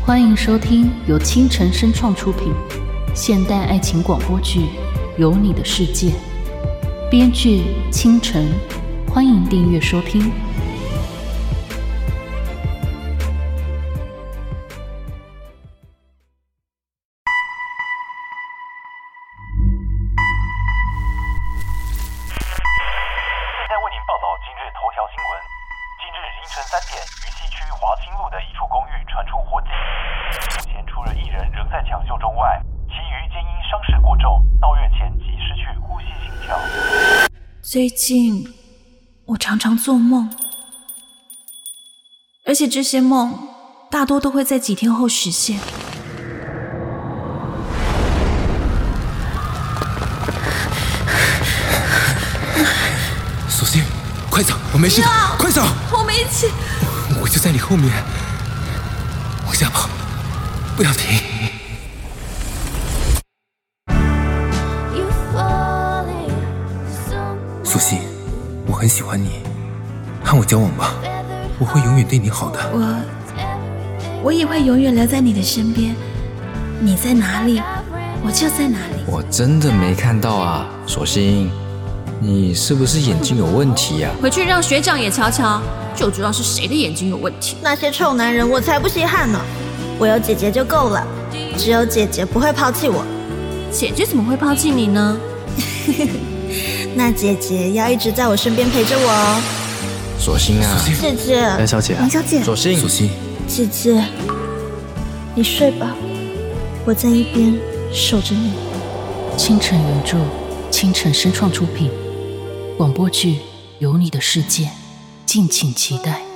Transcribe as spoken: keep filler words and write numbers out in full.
欢迎收听由清晨声创出品现代爱情广播剧《有你的世界》，编剧清晨，欢迎订阅收听。 现在为您报道今日头条新闻。近日凌晨三点，于西区华清路的一处公寓传出火警，目前除了一人仍在抢救中外，其余皆因伤势过重，到院前即失去呼吸心跳。 最近我常常做梦，而且这些梦大多都会在几天后实现。 索性快走，我没事的，快走！ 和我们一起。 我就在你后面，往下跑，不要停。索性，我很喜欢你，和我交往吧，我会永远对你好的。 我，我也会永远留在你的身边。你在哪里，我就在哪里。 我真的没看到啊，索性。你是不是眼睛有问题呀、啊？ 回去让学长也瞧瞧，就知道是谁的眼睛有问题。 那些臭男人我才不稀罕呢，我有姐姐就够了，只有姐姐不会抛弃我。 姐姐怎么会抛弃你呢？ 那姐姐要一直在我身边陪着我哦。 索性啊， 姐姐， 梁小姐、啊， 梁小姐， 索性， 索性， 姐姐，你睡吧，我在一边守着你。 清晨原著，清晨声创出品。广播剧《有你的世界》，敬请期待。